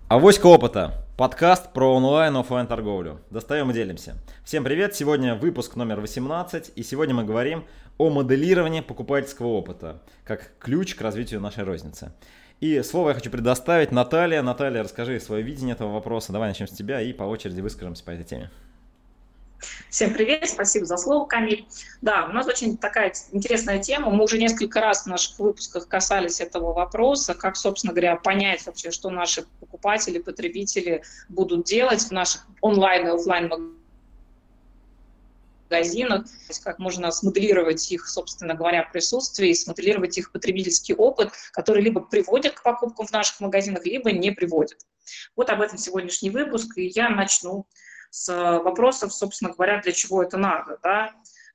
Авоська опыта. Подкаст про онлайн и оффлайн торговлю. Достаем и делимся. Всем привет! Сегодня выпуск номер 18, и сегодня мы говорим о моделировании покупательского опыта, как ключ к развитию нашей розницы. И слово я хочу предоставить Наталье. Наталья, расскажи свое видение этого вопроса. Давай начнем с тебя и по очереди выскажемся по этой теме. Всем привет, спасибо за слово, Камиль. Да, у нас очень такая интересная тема. Мы уже несколько раз в наших выпусках касались этого вопроса, как, собственно говоря, понять вообще, что наши покупатели, потребители будут делать в наших онлайн и офлайн магазинах, как можно смоделировать их, собственно говоря, присутствие и смоделировать их потребительский опыт, который либо приводит к покупкам в наших магазинах, либо не приводит. Вот об этом сегодняшний выпуск, и я начну с вопросов, собственно говоря, для чего это надо. Да?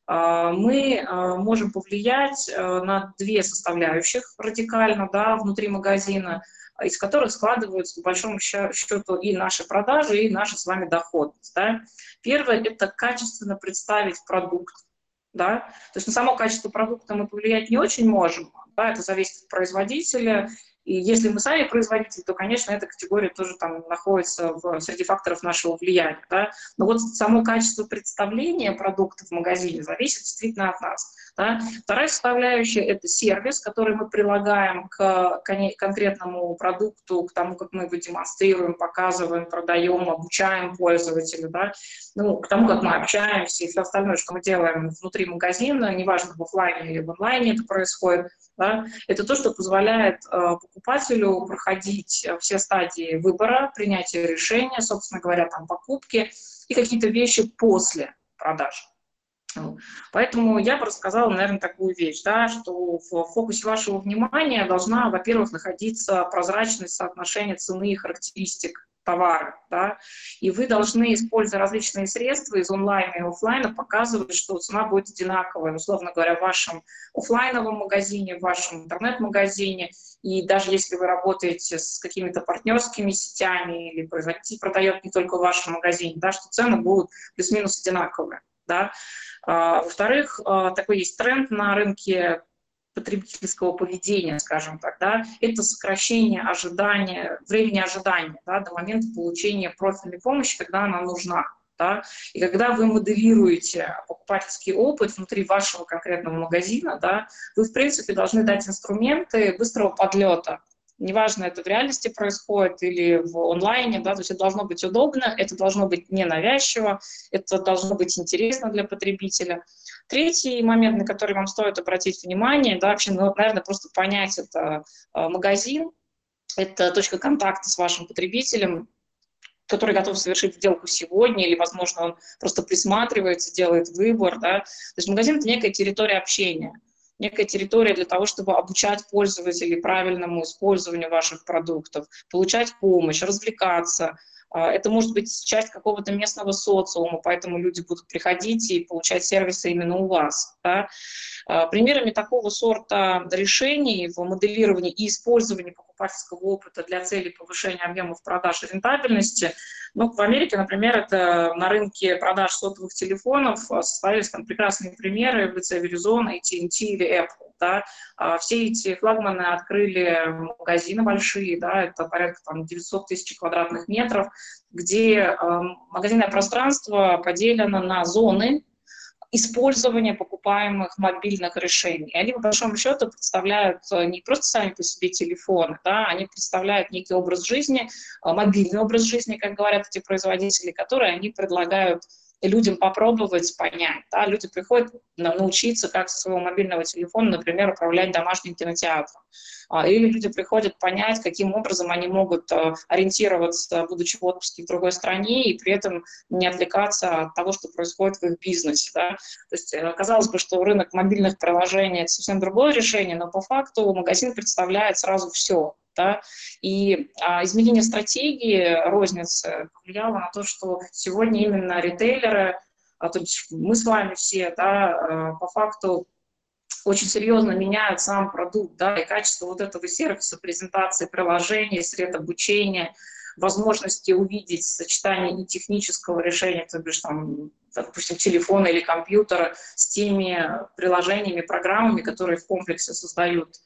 Мы можем повлиять на две составляющих радикально, да, внутри магазина, из которых складываются, по большому счету, и наши продажи, и наша с вами доходность. Да. Первое – это качественно представить продукт. Да. То есть на само качество продукта мы повлиять не очень можем, да, это зависит от производителя. И если мы сами производитель, то, конечно, эта категория тоже там находится среди факторов нашего влияния. Да. Но вот само качество представления продукта в магазине зависит действительно от нас. Да. Вторая составляющая – это сервис, который мы прилагаем к конкретному продукту, к тому, как мы его демонстрируем, показываем, продаем, обучаем пользователя, да. Ну, к тому, как мы общаемся и все остальное, что мы делаем внутри магазина, неважно, в офлайне или в онлайне это происходит, да, это то, что позволяет покупателю проходить все стадии выбора, принятия решения, собственно говоря, там, покупки и какие-то вещи после продаж. Поэтому я бы рассказала, наверное, такую вещь, да, что в фокусе вашего внимания должна, во-первых, находиться прозрачность соотношения цены и характеристик товара, да, и вы должны, используя различные средства из онлайна и офлайна, показывать, что цена будет одинаковая, условно говоря, в вашем офлайновом магазине, в вашем интернет-магазине, и даже если вы работаете с какими-то партнерскими сетями или производитель продает не только в вашем магазине, да, что цены будут плюс-минус одинаковые, да. Во-вторых, такой есть тренд на рынке потребительского поведения, скажем так, да, это сокращение времени ожидания, да, до момента получения профильной помощи, когда она нужна. Да, и когда вы моделируете покупательский опыт внутри вашего конкретного магазина, да, вы, в принципе, должны дать инструменты быстрого подлета. Неважно, это в реальности происходит или в онлайне, да, то есть это должно быть удобно, это должно быть ненавязчиво, это должно быть интересно для потребителя. Третий момент, на который вам стоит обратить внимание, да, вообще, ну, наверное, просто понять, это магазин, это точка контакта с вашим потребителем, который готов совершить сделку сегодня, или, возможно, он просто присматривается, делает выбор. Да. То есть магазин – это некая территория общения, некая территория для того, чтобы обучать пользователей правильному использованию ваших продуктов, получать помощь, развлекаться. Это может быть часть какого-то местного социума, поэтому люди будут приходить и получать сервисы именно у вас. Да. Примерами такого сорта решений в моделировании и использовании покупательского опыта для целей повышения объемов продаж и рентабельности, ну, в Америке, например, это на рынке продаж сотовых телефонов состоялись там прекрасные примеры в лице Verizon, AT&T или Apple. Да. Все эти флагманы открыли магазины большие, да, это порядка там, 900 тысяч квадратных метров, где магазинное пространство поделено на зоны использования покупаемых мобильных решений. Они, по большому счету, представляют не просто сами по себе телефоны, да, они представляют некий образ жизни, мобильный образ жизни, как говорят эти производители, которые они предлагают людям попробовать понять. Да. Люди приходят научиться, как со своего мобильного телефона, например, управлять домашним кинотеатром. Или люди приходят понять, каким образом они могут ориентироваться, будучи в отпуске в другой стране, и при этом не отвлекаться от того, что происходит в их бизнесе. Да. То есть казалось бы, что рынок мобильных приложений – это совсем другое решение, но по факту магазин представляет сразу все. Да? И изменение стратегии розницы повлияло на то, что сегодня именно ритейлеры, то есть мы с вами все, да, по факту очень серьезно меняют сам продукт, да, и качество вот этого сервиса, презентации приложений, сред обучения, возможности увидеть сочетание и технического решения, то бишь там, допустим, телефона или компьютера с теми приложениями, программами, которые в комплексе создают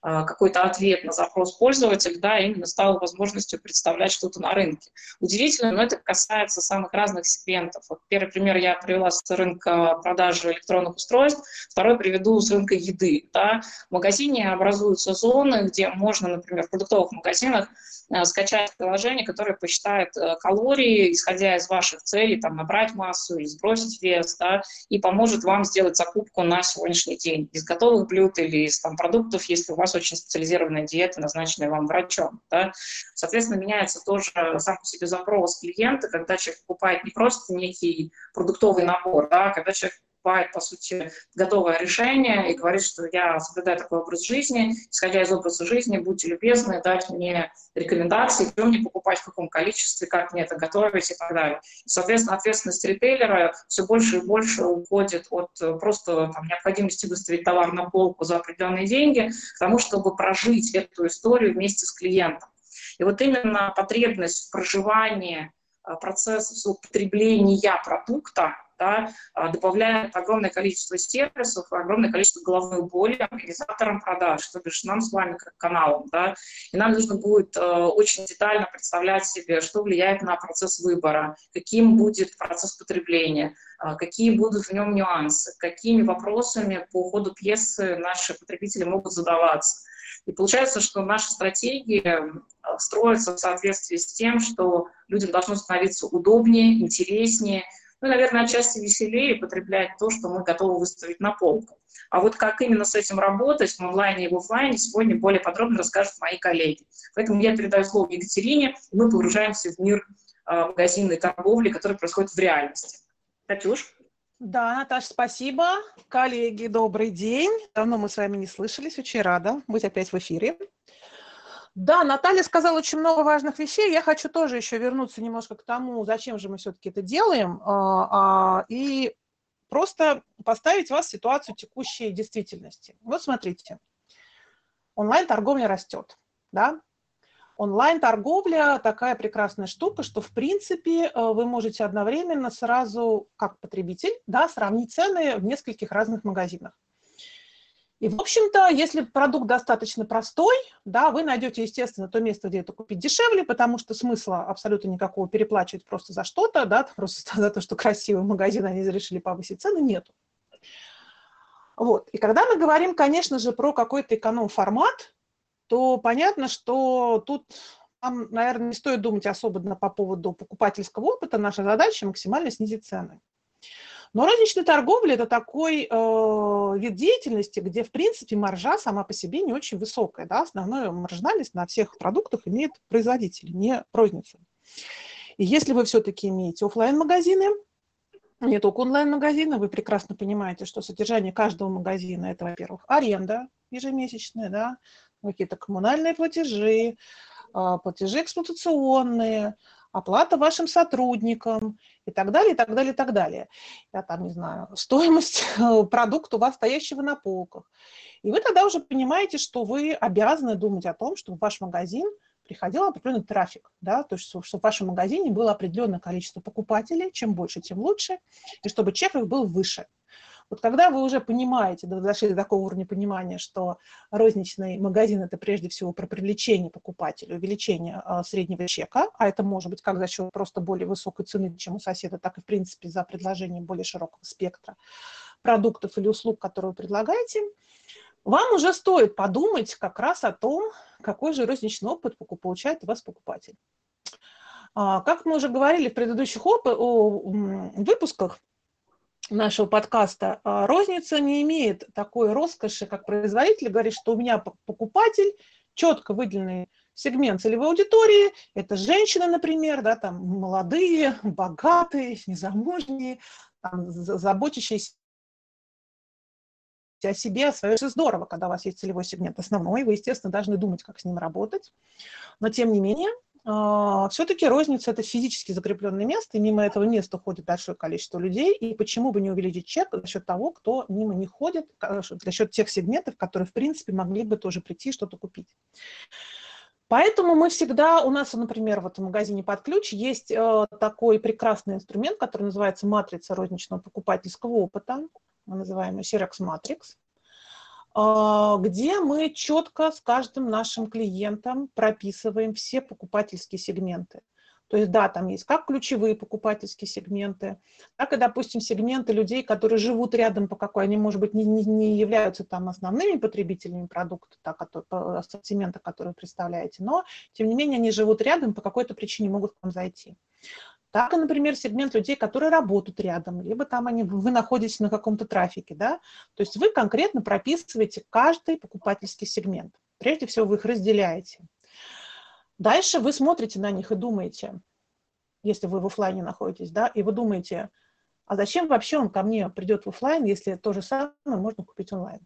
какой-то ответ на запрос пользователя, да, именно стало возможностью представлять что-то на рынке. Удивительно, но это касается самых разных сегментов. Вот первый пример я привела с рынка продажи электронных устройств, второй приведу с рынка еды. Да. В магазине образуются зоны, где можно, например, в продуктовых магазинах скачать приложение, которое посчитает калории, исходя из ваших целей, там, набрать массу или сбросить вес, да, и поможет вам сделать закупку на сегодняшний день из готовых блюд или из там, продуктов, если у вас очень специализированная диета, назначенная вам врачом. Да. Соответственно, меняется тоже сам по себе запрос клиента, когда человек покупает не просто некий продуктовый набор, да, когда человек покупает, по сути, готовое решение и говорит, что я соблюдаю такой образ жизни, исходя из образа жизни, будьте любезны дать мне рекомендации, что мне покупать, в каком количестве, как мне это готовить и так далее. И, соответственно, ответственность ритейлера все больше и больше уходит от просто там, необходимости выставить товар на полку за определенные деньги к тому, чтобы прожить эту историю вместе с клиентом. И вот именно потребность в проживании процесса потребления продукта, да, добавляет огромное количество сервисов, огромное количество головной боли организаторам продаж, то бишь нам с вами как каналам. Да, и нам нужно будет очень детально представлять себе, что влияет на процесс выбора, каким будет процесс потребления, какие будут в нем нюансы, какими вопросами по ходу пьесы наши потребители могут задаваться. И получается, что наша стратегия строится в соответствии с тем, что людям должно становиться удобнее, интереснее, ну, наверное, отчасти веселее потреблять то, что мы готовы выставить на полку. А вот как именно с этим работать в онлайне и в офлайне, сегодня более подробно расскажут мои коллеги. Поэтому я передаю слово Екатерине, и мы погружаемся в мир магазинной торговли, который происходит в реальности. Катюш? Да, Наташа, спасибо. Коллеги, добрый день. Давно мы с вами не слышались, очень рада быть опять в эфире. Да, Наталья сказала очень много важных вещей. Я хочу тоже еще вернуться немножко к тому, зачем же мы все-таки это делаем, и просто поставить вас в ситуацию текущей действительности. Вот смотрите, онлайн-торговля растет, да? Онлайн-торговля такая прекрасная штука, что, в принципе, вы можете одновременно сразу, как потребитель, да, сравнить цены в нескольких разных магазинах. И, в общем-то, если продукт достаточно простой, да, вы найдете, естественно, то место, где это купить дешевле, потому что смысла абсолютно никакого переплачивать просто за что-то, да, просто за то, что красивый магазин, они решили повысить цены, нету. Вот. И когда мы говорим, конечно же, про какой-то эконом-формат, то понятно, что тут нам, наверное, не стоит думать особо по поводу покупательского опыта. Наша задача максимально снизить цены. Но розничная торговля – это такой вид деятельности, где, в принципе, маржа сама по себе не очень высокая. Да? Основную маржинальность на всех продуктах имеет производитель, не розница. И если вы все-таки имеете офлайн-магазины, не только онлайн-магазины, вы прекрасно понимаете, что содержание каждого магазина – это, во-первых, аренда ежемесячная, да? Какие-то коммунальные платежи, платежи эксплуатационные, оплата вашим сотрудникам и так далее, и так далее, и так далее. Я там не знаю, стоимость продукта у вас стоящего на полках. И вы тогда уже понимаете, что вы обязаны думать о том, чтобы в ваш магазин приходил определенный трафик, да, то есть чтобы в вашем магазине было определенное количество покупателей, чем больше, тем лучше, и чтобы чек их был выше. Вот когда вы уже понимаете, дошли до такого уровня понимания, что розничный магазин – это прежде всего про привлечение покупателя, увеличение среднего чека, а это может быть как за счет просто более высокой цены, чем у соседа, так и, в принципе, за предложение более широкого спектра продуктов или услуг, которые вы предлагаете, вам уже стоит подумать как раз о том, какой же розничный опыт получает у вас покупатель. Как мы уже говорили в предыдущих выпусках, нашего подкаста, розница не имеет такой роскоши, как производитель говорит, что у меня покупатель, четко выделенный сегмент целевой аудитории, это женщины, например, да, там, молодые, богатые, незамужние, там, заботящиеся о себе, о своем. Это здорово, когда у вас есть целевой сегмент основной, вы, естественно, должны думать, как с ним работать, но, тем не менее, все-таки розница – это физически закрепленное место, и мимо этого места ходит большое количество людей, и почему бы не увеличить чек за счет того, кто мимо не ходит, за счет тех сегментов, которые, в принципе, могли бы тоже прийти что-то купить. Поэтому мы всегда, у нас, например, вот в магазине «Под ключ» есть такой прекрасный инструмент, который называется матрица розничного покупательского опыта, мы называем ее Cerex Matrix. где мы четко с каждым нашим клиентом прописываем все покупательские сегменты. То есть, да, там есть как ключевые покупательские сегменты, так и, допустим, сегменты людей, которые живут рядом по какой, они, может быть, не являются там основными потребителями продукта, по ассортимента, который вы представляете, но, тем не менее, они живут рядом, по какой-то причине могут к вам зайти. Так и, например, сегмент людей, которые работают рядом, либо там вы находитесь на каком-то трафике, да, то есть вы конкретно прописываете каждый покупательский сегмент. Прежде всего, вы их разделяете. Дальше вы смотрите на них и думаете, если вы в офлайне находитесь, да, и вы думаете, а зачем вообще он ко мне придет в офлайн, если то же самое можно купить онлайн?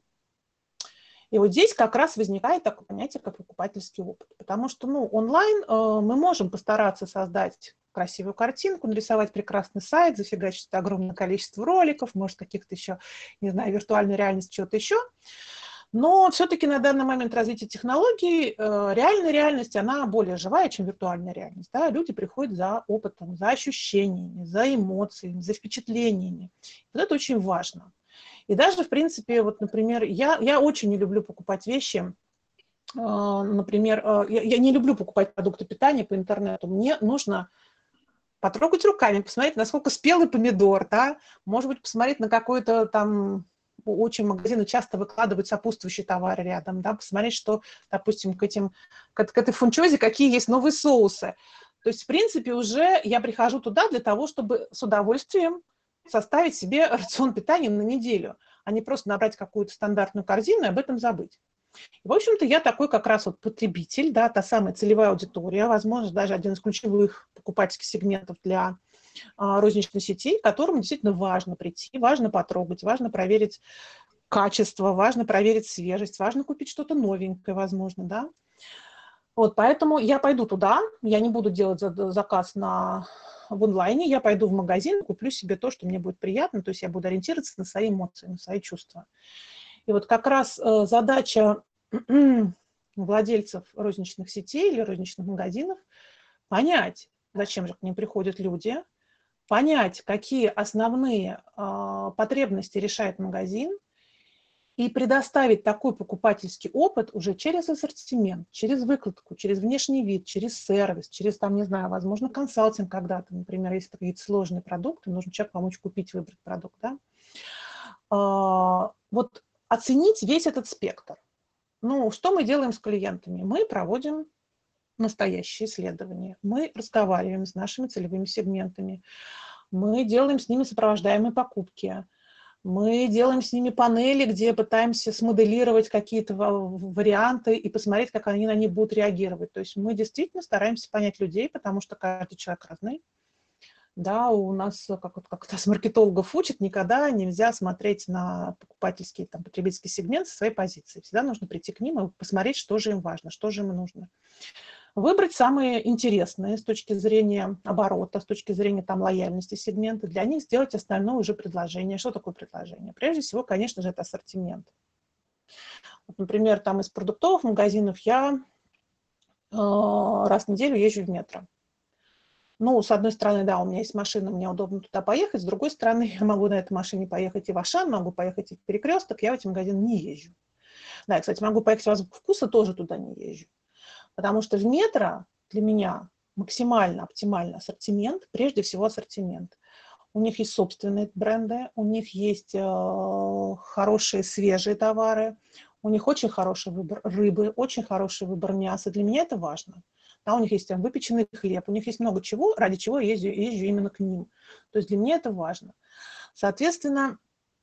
И вот здесь как раз возникает такое понятие, как покупательский опыт. Потому что, онлайн мы можем постараться создать красивую картинку, нарисовать прекрасный сайт, зафигачить огромное количество роликов, может, каких-то еще, не знаю, виртуальной реальности, чего-то еще. Но все-таки на данный момент развития технологий реальная реальность, она более живая, чем виртуальная реальность. Да? Люди приходят за опытом, за ощущениями, за эмоциями, за впечатлениями. Вот это очень важно. И даже, в принципе, вот, например, я очень не люблю покупать вещи. Например, я не люблю покупать продукты питания по интернету. Мне нужно потрогать руками, посмотреть, насколько спелый помидор, да? Может быть, посмотреть на какой-то там... Очень магазины часто выкладывают сопутствующие товары рядом, да, посмотреть, что, допустим, к этой фунчозе какие есть новые соусы. То есть, в принципе, уже я прихожу туда для того, чтобы с удовольствием составить себе рацион питания на неделю, а не просто набрать какую-то стандартную корзину и об этом забыть. И, в общем-то, я такой как раз вот потребитель, да, та самая целевая аудитория, возможно, даже один из ключевых покупательских сегментов для розничной сети, которым действительно важно прийти, важно потрогать, важно проверить качество, важно проверить свежесть, важно купить что-то новенькое, возможно, да. Вот, поэтому я пойду туда, я не буду делать заказ в онлайне, я пойду в магазин, куплю себе то, что мне будет приятно, то есть я буду ориентироваться на свои эмоции, на свои чувства. И вот как раз задача владельцев розничных сетей или розничных магазинов понять, зачем же к ним приходят люди, понять, какие основные потребности решает магазин, и предоставить такой покупательский опыт уже через ассортимент, через выкладку, через внешний вид, через сервис, через, там, не знаю, возможно, консалтинг когда-то, например, если какие-то сложные продукты, нужно человеку помочь купить, выбрать продукт, да. Вот оценить весь этот спектр. Что мы делаем с клиентами? Мы проводим настоящие исследования, мы разговариваем с нашими целевыми сегментами, мы делаем с ними сопровождаемые покупки, мы делаем с ними панели, где пытаемся смоделировать какие-то варианты и посмотреть, как они на них будут реагировать. То есть мы действительно стараемся понять людей, потому что каждый человек разный. Да, у нас, как нас маркетологов учат, никогда нельзя смотреть на покупательский, потребительский сегмент со своей позиции. Всегда нужно прийти к ним и посмотреть, что же им важно, что же им нужно. Выбрать самые интересные с точки зрения оборота, с точки зрения лояльности сегмента, для них сделать основное уже предложение. Что такое предложение? Прежде всего, конечно же, это ассортимент. Вот, например, из продуктовых магазинов я раз в неделю езжу в метро. С одной стороны, да, у меня есть машина, мне удобно туда поехать, с другой стороны, я могу на этой машине поехать и в Ашан, могу поехать и в Перекресток, я в эти магазины не езжу. Да, и, кстати, могу поехать в «Азбуку вкуса», тоже туда не езжу. Потому что в метро для меня максимально оптимальный ассортимент, прежде всего ассортимент. У них есть собственные бренды, у них есть хорошие свежие товары, у них очень хороший выбор рыбы, очень хороший выбор мяса. Для меня это важно. Да, у них есть выпеченный хлеб, у них есть много чего, ради чего я езжу именно к ним. То есть для меня это важно. Соответственно,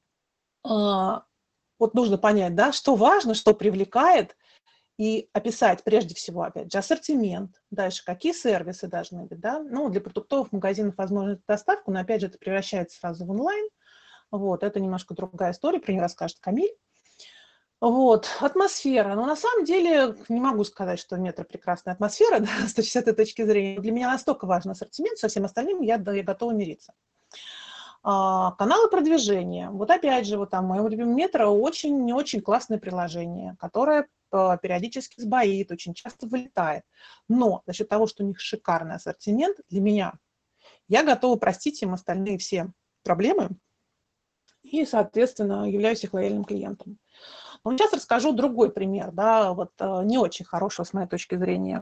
вот нужно понять, да, что важно, что привлекает, и описать прежде всего, опять же, ассортимент, дальше какие сервисы должны быть, да, для продуктовых магазинов возможно доставку, но опять же это превращается сразу в онлайн, вот, это немножко другая история, про нее расскажет Камиль. Вот, атмосфера, на самом деле не могу сказать, что в метро прекрасная атмосфера, да, с этой точки зрения, для меня настолько важен ассортимент, со всем остальным я готова мириться. Каналы продвижения. Вот опять же, в моем любимом метро очень классное приложение, которое периодически сбоит, очень часто вылетает. Но за счет того, что у них шикарный ассортимент, для меня, я готова простить им остальные все проблемы и, соответственно, являюсь их лояльным клиентом. Но сейчас расскажу другой пример, да, вот не очень хорошего, с моей точки зрения,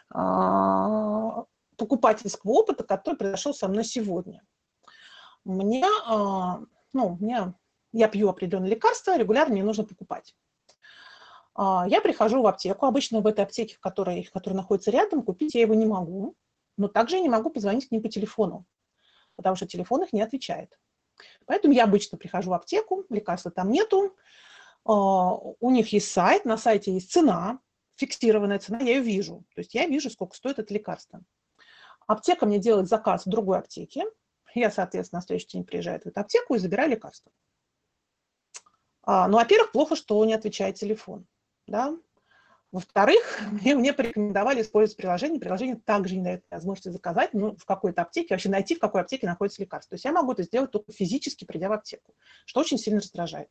покупательского опыта, который произошел со мной сегодня. Я пью определенные лекарства, регулярно мне нужно покупать. Я прихожу в аптеку, обычно в этой аптеке, которая находится рядом, купить я его не могу, но также я не могу позвонить к ним по телефону, потому что телефон их не отвечает. Поэтому я обычно прихожу в аптеку, лекарства там нету, у них есть сайт, на сайте есть цена, фиксированная цена, я ее вижу. То есть я вижу, сколько стоит это лекарство. Аптека мне делает заказ в другой аптеке, я, соответственно, на следующий день приезжаю в эту аптеку и забираю лекарство. Во-первых, плохо, что не отвечает телефон. Да? Во-вторых, мне порекомендовали использовать приложение. Приложение также не дает возможности заказать в какой-то аптеке, вообще найти, в какой аптеке находится лекарство. То есть я могу это сделать только физически, придя в аптеку, что очень сильно раздражает.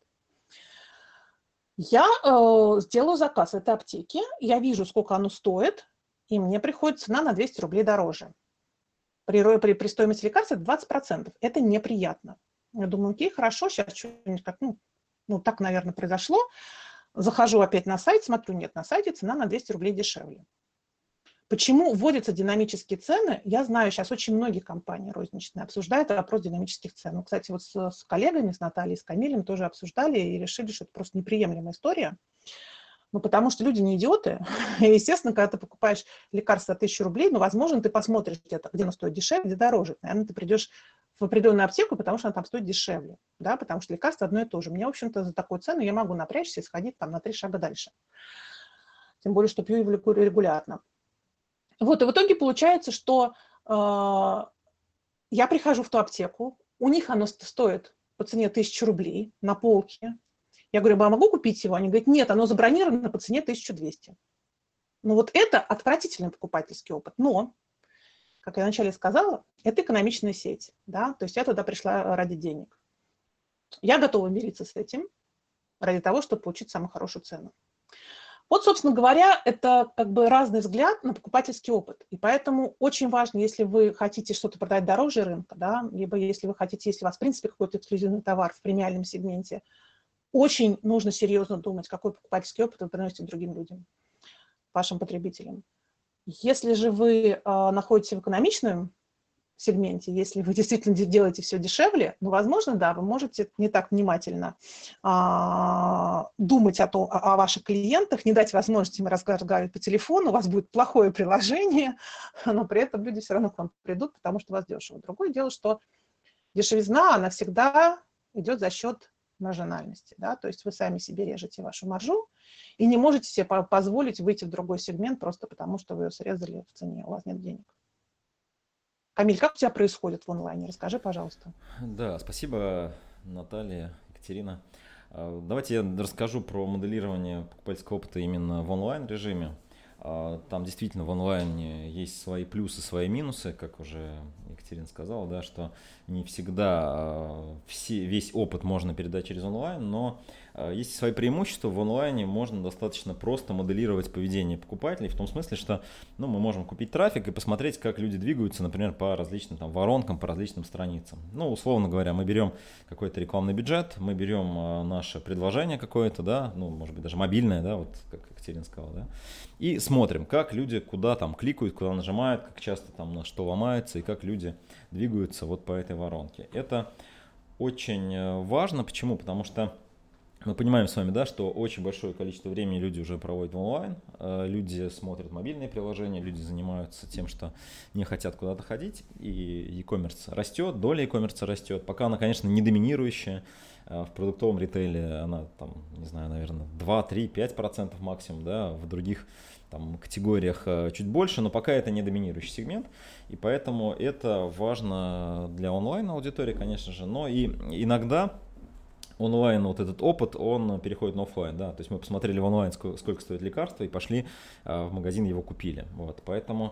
Я сделаю заказ в этой аптеке, я вижу, сколько оно стоит, и мне приходит цена на 200 рублей дороже. При стоимости лекарства это 20%. Это неприятно. Я думаю, окей, хорошо, сейчас что-нибудь так, наверное, произошло. Захожу опять на сайт, смотрю, нет, на сайте цена на 200 рублей дешевле. Почему вводятся динамические цены? Я знаю, сейчас очень многие компании розничные обсуждают вопрос динамических цен. Кстати, вот с коллегами, с Натальей, с Камилем тоже обсуждали и решили, что это просто неприемлемая история. Потому что люди не идиоты. И, естественно, когда ты покупаешь лекарство за 1000 рублей, возможно, ты посмотришь где-то, где оно стоит дешевле, где дороже. Наверное, ты придешь в определенную аптеку, потому что она там стоит дешевле. Да? Потому что лекарство одно и то же. Мне, в общем-то, за такую цену я могу напрячься и сходить на 3 шага дальше. Тем более, что пью его регулярно. И в итоге получается, что я прихожу в ту аптеку, у них оно стоит по цене 1000 рублей на полке. Я говорю, я могу купить его? Они говорят, нет, оно забронировано по цене 1200. Это отвратительный покупательский опыт. Но, как я вначале сказала, это экономичная сеть. Да? То есть я туда пришла ради денег. Я готова мириться с этим ради того, чтобы получить самую хорошую цену. Собственно говоря, это разный взгляд на покупательский опыт. И поэтому очень важно, если вы хотите что-то продать дороже рынка, да, либо если у вас, в принципе, какой-то эксклюзивный товар в премиальном сегменте, очень нужно серьезно думать, какой покупательский опыт вы приносите другим людям, вашим потребителям. Если же вы находитесь в экономичном сегменте, если вы действительно делаете все дешевле, возможно, да, вы можете не так внимательно думать о ваших клиентах, не дать возможности им разговаривать по телефону, у вас будет плохое приложение, но при этом люди все равно к вам придут, потому что у вас дешево. Другое дело, что дешевизна, она всегда идет за счет маржинальности, да, то есть вы сами себе режете вашу маржу и не можете себе позволить выйти в другой сегмент просто потому, что вы ее срезали в цене, у вас нет денег. Камиль, как у тебя происходит в онлайне? Расскажи, пожалуйста. Да, спасибо, Наталья, Екатерина. Давайте я расскажу про моделирование покупательского опыта именно в онлайн-режиме. Там действительно в онлайне есть свои плюсы, свои минусы, как уже Екатерина сказала, да, что не всегда весь опыт можно передать через онлайн, но есть свои преимущества. В онлайне можно достаточно просто моделировать поведение покупателей, в том смысле, что мы можем купить трафик и посмотреть, как люди двигаются, например, по различным воронкам, по различным страницам. Условно говоря, мы берем какой-то рекламный бюджет, мы берем наше предложение какое-то, да, может быть даже мобильное, да, вот как Екатерина сказала, да, и смотрим, как люди куда кликают, куда нажимают, как часто на что ломается и как люди двигаются по этой воронке. Это очень важно. Почему? Потому что мы понимаем с вами, да, что очень большое количество времени люди уже проводят в онлайн, люди смотрят мобильные приложения, люди занимаются тем, что не хотят куда-то ходить, и e-commerce растет, доля e-commerce растет, пока она, конечно, не доминирующая. В продуктовом ритейле она, наверное, 2, 3, 5% максимум, да, в других категориях чуть больше, но пока это не доминирующий сегмент, и поэтому это важно для онлайн-аудитории, конечно же, но и иногда онлайн этот опыт, он переходит на офлайн, да, то есть мы посмотрели в онлайн, сколько стоит лекарство, и пошли в магазин, его купили, поэтому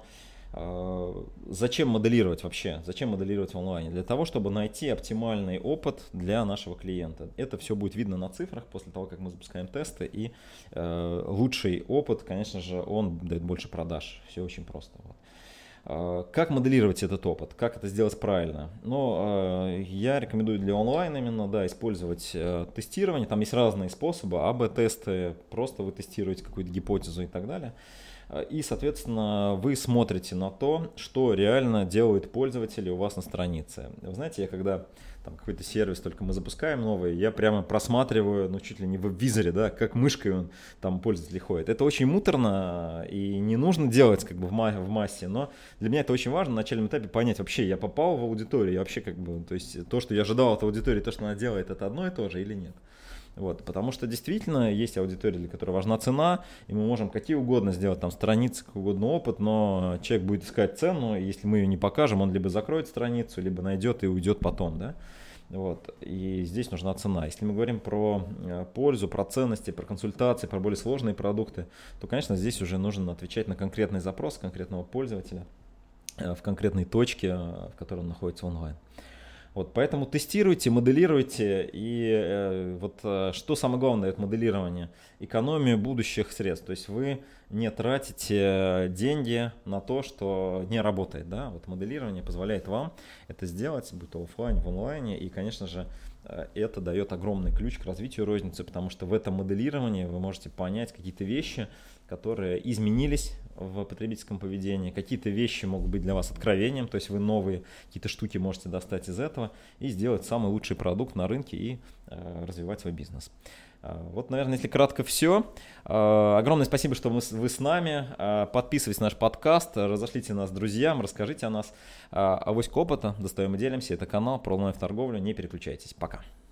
зачем моделировать вообще? Зачем моделировать в онлайне? Для того, чтобы найти оптимальный опыт для нашего клиента. Это все будет видно на цифрах после того, как мы запускаем тесты. И лучший опыт, конечно же, он дает больше продаж. Все очень просто. Как моделировать этот опыт? Как это сделать правильно? Я рекомендую для онлайн именно, использовать тестирование. Там есть разные способы, АБ-тесты, просто вы тестируете какую-то гипотезу и так далее. И, соответственно, вы смотрите на то, что реально делают пользователи у вас на странице. Вы знаете, я когда там какой-то сервис только мы запускаем новый, я прямо просматриваю, чуть ли не в веб-визоре, как мышкой он там пользователь ходит. Это очень муторно и не нужно делать в массе, но для меня это очень важно на начальном этапе понять, вообще я попал в аудиторию, я вообще то есть то, что я ожидал от аудитории, то, что она делает, это одно и то же или нет. Потому что действительно есть аудитория, для которой важна цена, и мы можем какие угодно сделать там страницы, какой угодно опыт, но человек будет искать цену, и если мы ее не покажем, он либо закроет страницу, либо найдет и уйдет потом, И здесь нужна цена. Если мы говорим про пользу, про ценности, про консультации, про более сложные продукты, то, конечно, здесь уже нужно отвечать на конкретный запрос конкретного пользователя в конкретной точке, в которой он находится онлайн. Поэтому тестируйте, моделируйте, и что самое главное, это моделирование, экономию будущих средств. То есть вы не тратите деньги на то, что не работает. Моделирование позволяет вам это сделать, будь то офлайн, в онлайне, и, конечно же, это дает огромный ключ к развитию розницы, потому что в этом моделировании вы можете понять какие-то вещи, которые изменились в потребительском поведении. Какие-то вещи могут быть для вас откровением, то есть вы новые какие-то штуки можете достать из этого и сделать самый лучший продукт на рынке и развивать свой бизнес. Наверное, если кратко все. Огромное спасибо, что вы с нами. Подписывайтесь на наш подкаст, разошлите нас друзьям, расскажите о нас. Авоська опыта, достаем и делимся. Это канал про онлайн-торговлю. Не переключайтесь. Пока.